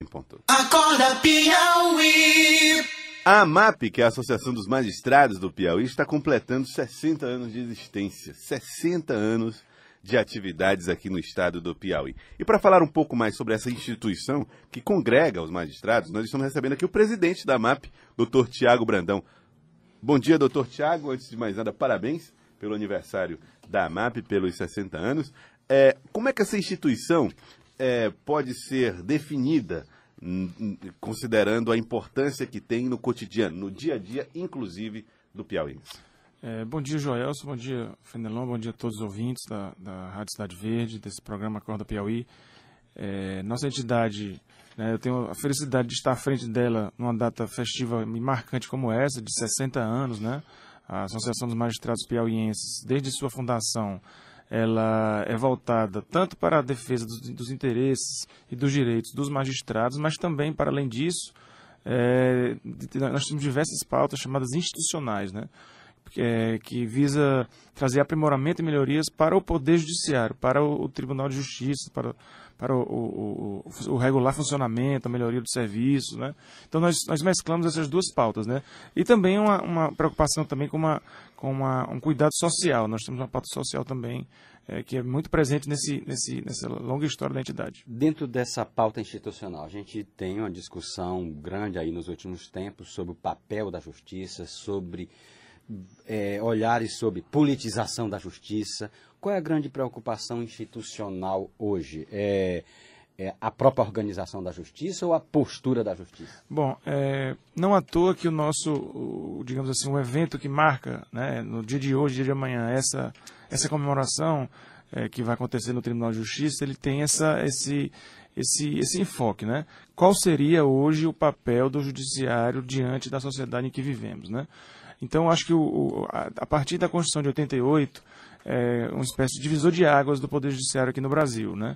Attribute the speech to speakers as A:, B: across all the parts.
A: ponto.
B: Acorda Piauí.
A: A AMAP, que é a Associação dos Magistrados do Piauí, está completando 60 anos de existência. 60 anos de atividades aqui no estado do Piauí. E para falar um pouco mais sobre essa instituição que congrega os magistrados, nós estamos recebendo aqui o presidente da AMAP, doutor Tiago Brandão. Bom dia, doutor Tiago. Antes de mais nada, parabéns pelo aniversário da AMAP, pelos 60 anos. Como é que essa instituição pode ser definida, considerando a importância que tem no cotidiano, no dia a dia, inclusive, do piauiense?
C: Bom dia, Joelson, bom dia, Fenelon, bom dia a todos os ouvintes da Rádio Cidade Verde, desse programa Acorda Piauí. Nossa entidade, eu tenho a felicidade de estar à frente dela numa data festiva e marcante como essa, de 60 anos, né? A Associação dos Magistrados Piauienses, desde sua fundação, ela é voltada tanto para a defesa dos interesses e dos direitos dos magistrados, mas também, para além disso, nós temos diversas pautas chamadas institucionais, né? Que visa trazer aprimoramento e melhorias para o Poder Judiciário, para o Tribunal de Justiça, para o regular funcionamento, a melhoria do serviço, né? Então nós mesclamos essas duas pautas, né? E também uma preocupação também com um cuidado social. Nós temos uma pauta social também que é muito presente nessa longa história da entidade.
D: Dentro dessa pauta institucional, a gente tem uma discussão grande aí nos últimos tempos sobre o papel da justiça, sobre olhares sobre politização da justiça. Qual é a grande preocupação institucional hoje? A própria organização da justiça ou a postura da justiça?
C: Bom, não à toa que o nosso, digamos assim, um evento que marca, né, no dia de hoje, dia de amanhã, essa comemoração que vai acontecer no Tribunal de Justiça, ele tem esse enfoque, né? Qual seria hoje o papel do judiciário diante da sociedade em que vivemos, né? Então, acho que a partir da Constituição de 88, uma espécie de divisor de águas do Poder Judiciário aqui no Brasil, né?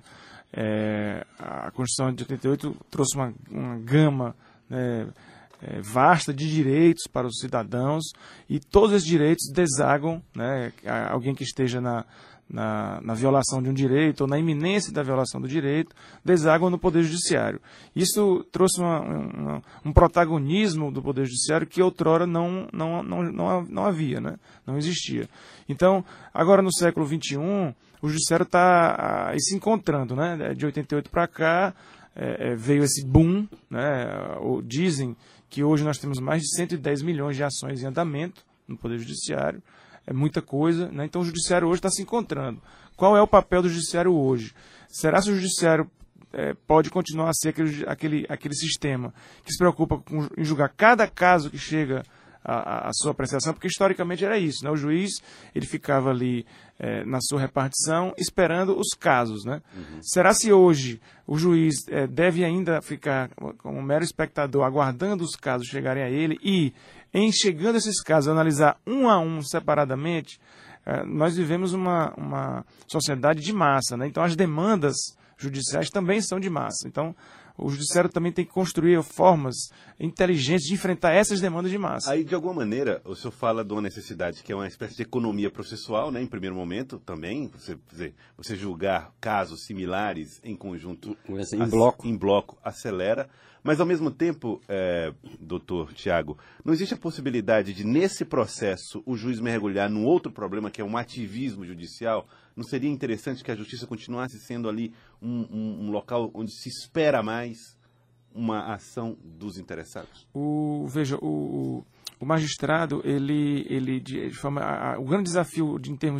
C: A Constituição de 88 trouxe uma gama, né, vasta de direitos para os cidadãos, e todos esses direitos desagam, né, alguém que esteja na violação de um direito ou na iminência da violação do direito, desagam no Poder Judiciário. Isso trouxe um protagonismo do Poder Judiciário que outrora não havia, né? Não existia. Então, agora no século XXI, o Judiciário está se encontrando, né? De 88 para cá, veio esse boom, né? Dizem que hoje nós temos mais de 110 milhões de ações em andamento no Poder Judiciário. É muita coisa, né? Então o Judiciário hoje está se encontrando. Qual é o papel do Judiciário hoje? Será que o Judiciário pode continuar a ser aquele sistema que se preocupa em julgar cada caso que chega à sua apreciação? Porque historicamente era isso, né? O juiz ele ficava ali na sua repartição esperando os casos, né? Uhum. Será se hoje o juiz deve ainda ficar como um mero espectador aguardando os casos chegarem a ele e, em chegando a esses casos, analisar um a um separadamente? Nós vivemos uma sociedade de massa, né? Então as demandas judiciais também são de massa. Então o judiciário também tem que construir formas inteligentes de enfrentar essas demandas de massa.
A: Aí, de alguma maneira, o senhor fala de uma necessidade que é uma espécie de economia processual, né? Em primeiro momento também, você julgar casos similares em conjunto, em bloco, acelera. Mas, ao mesmo tempo, doutor Tiago, não existe a possibilidade de, nesse processo, o juiz mergulhar num outro problema, que é um ativismo judicial? Não seria interessante que a justiça continuasse sendo ali um local onde se espera mais uma ação dos interessados?
C: Veja, o magistrado, ele de forma, o grande desafio em termos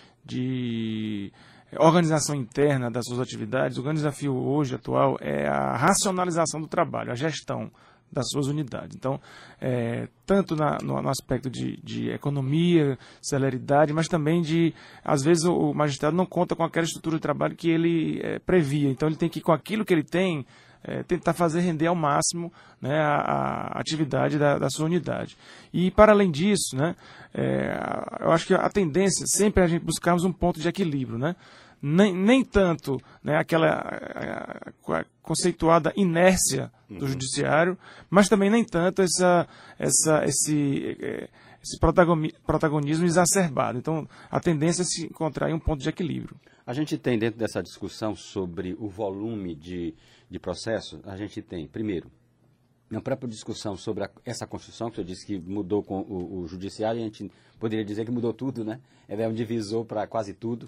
C: de organização interna das suas atividades, o grande desafio hoje, atual, é a racionalização do trabalho, a gestão das suas unidades. Então, tanto no aspecto de economia, celeridade, mas também às vezes o magistrado não conta com aquela estrutura de trabalho que ele previa. Então, ele tem que, com aquilo que ele tem, tentar fazer render ao máximo, né, a atividade da sua unidade. E, para além disso, né, eu acho que a tendência sempre é a gente buscarmos um ponto de equilíbrio, né? Nem tanto, né, aquela conceituada inércia do judiciário, mas também nem tanto esse protagonismo exacerbado. Então, a tendência é se encontrar em um ponto de equilíbrio.
D: A gente tem, dentro dessa discussão sobre o volume de processo, a gente tem, primeiro, na própria discussão sobre essa Constituição, que eu disse que mudou com o Judiciário, a gente poderia dizer que mudou tudo, né? Ele é um divisor para quase tudo.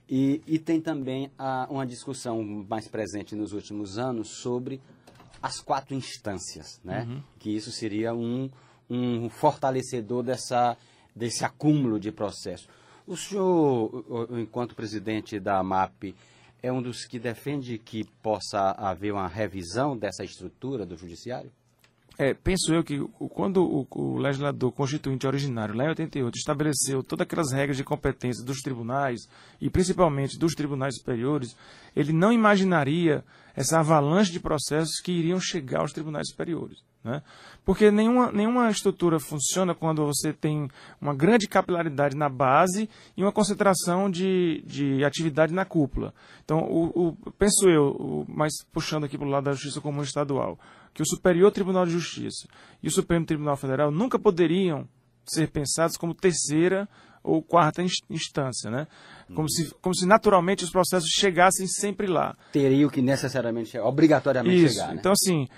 D: E tem também uma discussão mais presente nos últimos anos sobre as 4 instâncias, né?
C: Uhum.
D: Que isso seria um fortalecedor desse acúmulo de processos. O senhor, enquanto presidente da AMAP, é um dos que defende que possa haver uma revisão dessa estrutura do Judiciário?
C: Penso eu que quando o legislador constituinte originário, lá em 88, estabeleceu todas aquelas regras de competência dos tribunais, e principalmente dos tribunais superiores, ele não imaginaria essa avalanche de processos que iriam chegar aos tribunais superiores, né? Porque nenhuma estrutura funciona quando você tem uma grande capilaridade na base e uma concentração de atividade na cúpula. Então, penso eu, mas puxando aqui para o lado da Justiça Comum Estadual, que o Superior Tribunal de Justiça e o Supremo Tribunal Federal nunca poderiam ser pensados como terceira ou quarta instância, né? Como se naturalmente os processos chegassem sempre lá.
D: Teriam que necessariamente, obrigatoriamente chegar, né?
C: Então, assim,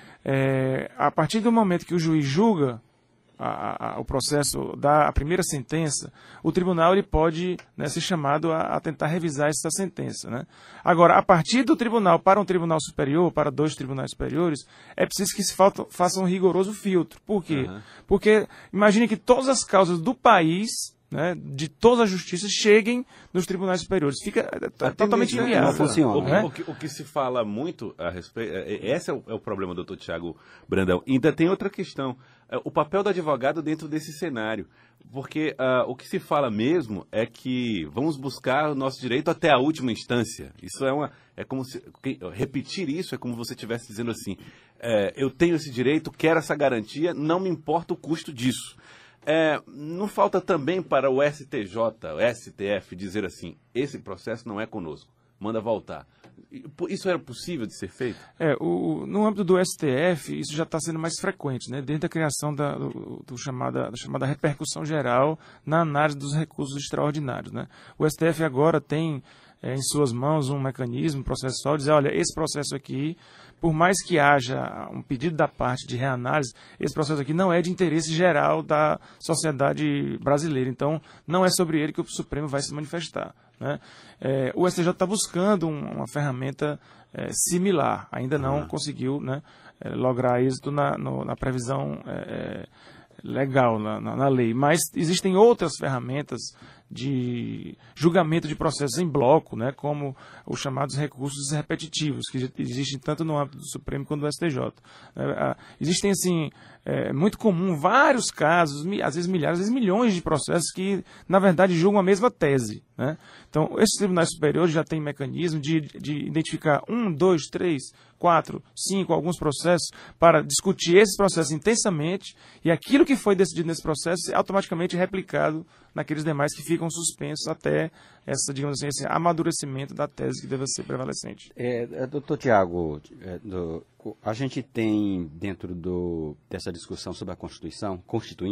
C: a partir do momento que o juiz julga o processo, dá a primeira sentença, o tribunal ele pode, né, ser chamado a tentar revisar essa sentença, né? Agora, a partir do tribunal para um tribunal superior, para 2 tribunais superiores, é preciso que se faça um rigoroso filtro. Por quê?
A: Uhum.
C: Porque imagine que todas as causas do país, né, de todas as justiças, cheguem nos tribunais superiores. Fica totalmente inviável.
D: Não funciona.
A: O que se fala muito a respeito... Esse é o problema, doutor Tiago Brandão. Ainda tem outra questão. O papel do advogado dentro desse cenário. Porque o que se fala mesmo é que vamos buscar o nosso direito até a última instância. Isso é como se... Repetir isso é como você estivesse dizendo assim, eu tenho esse direito, quero essa garantia, não me importa o custo disso. Não falta também para o STJ, o STF, dizer assim, esse processo não é conosco, manda voltar. Isso era possível de ser feito?
C: No âmbito do STF, isso já está sendo mais frequente, né? Desde a criação da chamada repercussão geral na análise dos recursos extraordinários, né? O STF agora tem em suas mãos um mecanismo processual, dizer, olha, esse processo aqui, por mais que haja um pedido da parte de reanálise, esse processo aqui não é de interesse geral da sociedade brasileira, então não é sobre ele que o Supremo vai se manifestar, né? O STJ está buscando uma ferramenta similar, ainda não conseguiu, né, lograr êxito na previsão legal, na lei, mas existem outras ferramentas de julgamento de processos em bloco, né, como os chamados recursos repetitivos, que existem tanto no âmbito do Supremo quanto do STJ. Existem, assim, muito comum vários casos, às vezes milhares, às vezes milhões de processos que, na verdade, julgam a mesma tese, né? Então, esses tribunais superiores já têm mecanismo de identificar 1, 2, 3, 4, 5, alguns processos, para discutir esses processos intensamente, e aquilo que foi decidido nesse processo é automaticamente replicado naqueles demais que ficam suspensos até digamos assim, esse amadurecimento da tese que deve ser prevalecente.
D: Doutor Tiago, a gente tem dentro dessa discussão sobre a Constituição,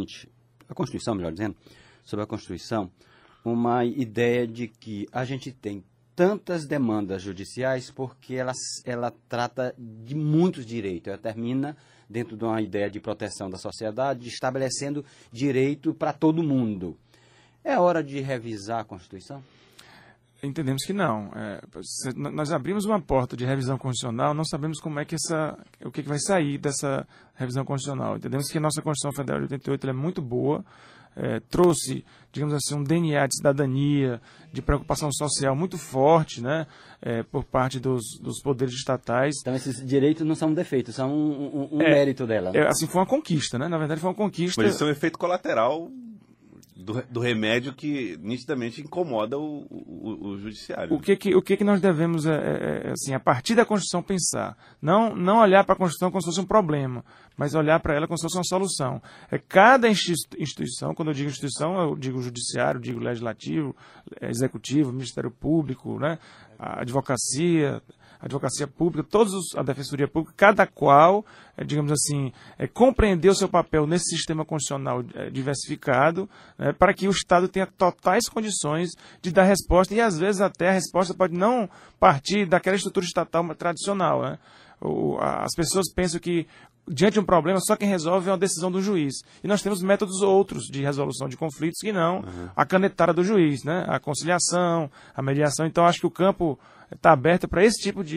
D: melhor dizendo, sobre a Constituição, uma ideia de que a gente tem tantas demandas judiciais porque ela trata de muitos direitos, ela termina dentro de uma ideia de proteção da sociedade, estabelecendo direito para todo mundo. É hora de revisar a Constituição?
C: Entendemos que não. Nós abrimos uma porta de revisão constitucional, não sabemos como é que o que vai sair dessa revisão constitucional. Entendemos que a nossa Constituição Federal de 88 é muito boa, trouxe, digamos assim, um DNA de cidadania, de preocupação social muito forte, né, por parte dos poderes estatais.
D: Então esses direitos não são um defeito, são um mérito dela.
C: Assim, foi uma conquista, né? Na verdade foi uma conquista.
A: Mas isso é um efeito colateral do remédio que nitidamente incomoda o judiciário.
C: O que nós devemos, assim, a partir da Constituição pensar? Não olhar para a Constituição como se fosse um problema, mas olhar para ela como se fosse uma solução. Cada instituição, quando eu digo instituição, eu digo judiciário, digo legislativo, executivo, Ministério Público, né, a advocacia, a advocacia pública, a defensoria pública, cada qual, digamos assim, compreender o seu papel nesse sistema constitucional diversificado, né, para que o Estado tenha totais condições de dar resposta, e às vezes até a resposta pode não partir daquela estrutura estatal tradicional, né? As pessoas pensam que, diante de um problema, só quem resolve é uma decisão do juiz. E nós temos métodos outros de resolução de conflitos que não a canetada do juiz, né? A conciliação, a mediação. Então, acho que o campo está aberto para esse tipo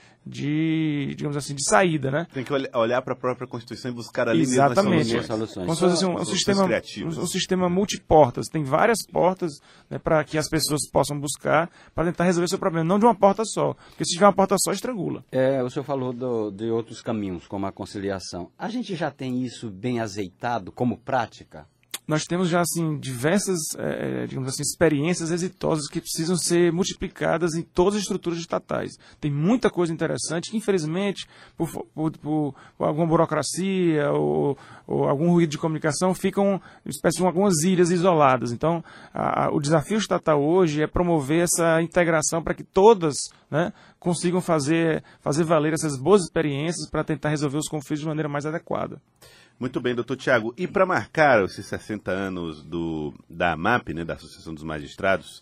C: digamos assim, de saída, né?
A: Tem que olhar para a própria Constituição e buscar ali
C: exatamente
A: mesmo as soluções.
C: Como se fosse um sistema multiportas. Tem várias portas, né, para que as pessoas possam buscar para tentar resolver seu problema, não de uma porta só. Porque se tiver uma porta só, estrangula.
D: O senhor falou de outros caminhos, como a conciliação. A gente já tem isso bem azeitado como prática?
C: Nós temos já assim, diversas digamos assim, experiências exitosas que precisam ser multiplicadas em todas as estruturas estatais. Tem muita coisa interessante que, infelizmente, por alguma burocracia ou algum ruído de comunicação, ficam espécie de algumas ilhas isoladas. Então, o desafio estatal hoje é promover essa integração para que todas, né, consigam fazer valer essas boas experiências para tentar resolver os conflitos de maneira mais adequada.
A: Muito bem, doutor Tiago. E para marcar esses 60 anos da AMAP, né, da Associação dos Magistrados,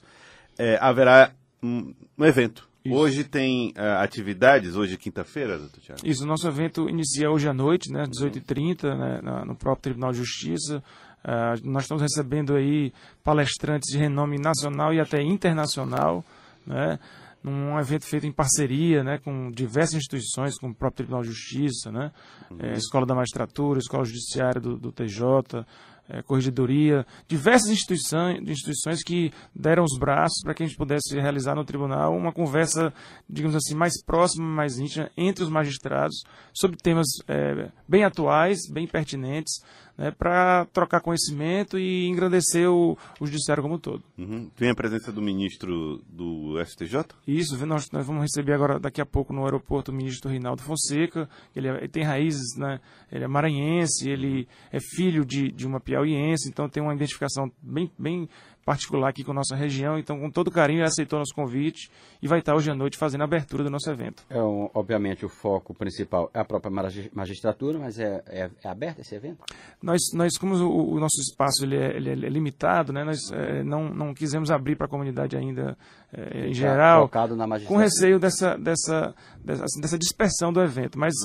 A: haverá um evento. Isso. Hoje tem atividades, hoje é quinta-feira, doutor Tiago?
C: Isso, o nosso evento inicia hoje à noite, né, 18h30, né, no próprio Tribunal de Justiça. Nós estamos recebendo aí palestrantes de renome nacional e até internacional, né, num evento feito em parceria, né, com diversas instituições, como o próprio Tribunal de Justiça, né, Escola da Magistratura, Escola Judiciária do TJ, Corregedoria, diversas instituições que deram os braços para que a gente pudesse realizar no tribunal uma conversa, digamos assim, mais próxima, mais íntima entre os magistrados sobre temas bem atuais, bem pertinentes, né, para trocar conhecimento e engrandecer o judiciário como um todo.
A: Tem a presença do ministro do STJ?
C: Isso, nós vamos receber agora, daqui a pouco, no aeroporto, o ministro Reinaldo Fonseca. Ele tem raízes, né, ele é maranhense, ele é filho de uma piauiense, então tem uma identificação bem particular aqui com a nossa região. Então, com todo carinho, ele aceitou nosso convite e vai estar hoje à noite fazendo a abertura do nosso evento.
D: Obviamente, o foco principal é a própria magistratura, mas é aberto esse evento?
C: Nós como o nosso espaço ele é limitado, né, nós não quisemos abrir para a comunidade ainda em geral, com receio dessa dispersão do evento. Mas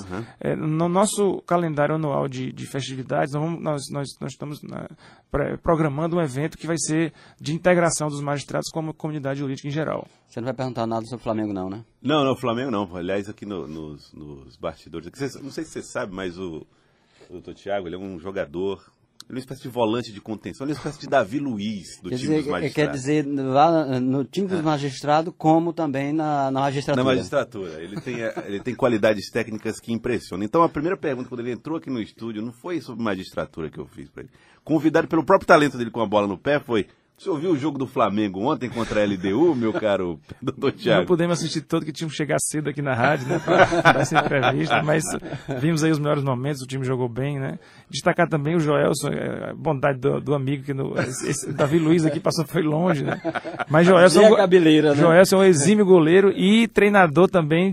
C: no nosso calendário anual de festividades, nós estamos programando um evento que vai ser de integração dos magistrados com a comunidade jurídica em geral.
D: Você não vai perguntar nada sobre o Flamengo, não, né?
A: Não, Flamengo não. Aliás, aqui nos bastidores, não sei se você sabe, mas o doutor Tiago, ele é um jogador, ele é uma espécie de volante de contenção, ele é uma espécie de Davi Luiz do time dos magistrados.
D: Quer dizer, lá no time dos magistrados, como também na magistratura.
A: Na magistratura. Ele tem qualidades técnicas que impressionam. Então, a primeira pergunta, quando ele entrou aqui no estúdio, não foi sobre magistratura que eu fiz para ele. Convidado pelo próprio talento dele com a bola no pé, foi: você ouviu o jogo do Flamengo ontem contra a LDU, meu caro doutor Tiago?
C: Não pudemos assistir todo, que tínhamos que chegar cedo aqui na rádio, né, para dar essa entrevista, mas vimos aí os melhores momentos, o time jogou bem, né? Destacar também o Joelson, a bondade do amigo, que esse Davi Luiz aqui foi longe, né? Mas Joelson é um exímio goleiro e treinador também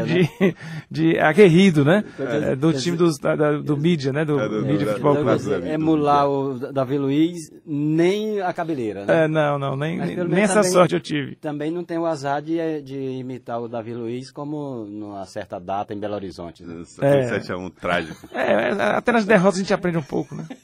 C: de aguerrido, né? Do time do Mídia, né? Do Mídia Futebol Clube.
D: Emular o Davi Luiz, nem a cabeleira. Né?
C: Nem essa sorte eu tive.
D: Também não tem o azar de imitar o Davi Luiz como numa certa data em Belo Horizonte. Né?
A: 7-1 trágico.
C: Até nas derrotas a gente aprende um pouco, né?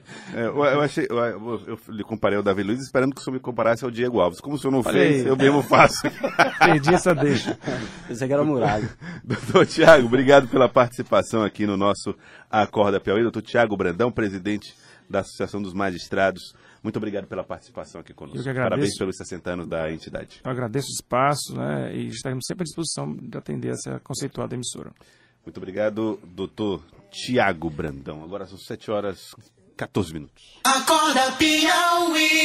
A: Eu lhe comparei ao Davi Luiz esperando que o senhor me comparasse ao Diego Alves. Como o senhor não fez, eu mesmo faço.
C: Perdi essa deixa.
D: Pensei que era Muralha.
A: Doutor Tiago, obrigado pela participação aqui no nosso Acorda Piauí. Doutor Tiago Brandão, presidente da Associação dos Magistrados. Muito obrigado pela participação aqui conosco. Parabéns pelos 60 anos da entidade.
C: Eu agradeço o espaço, né, e estaremos sempre à disposição de atender essa conceituada emissora.
A: Muito obrigado, doutor Tiago Brandão. Agora são 7h14.
B: Acorda Piauí.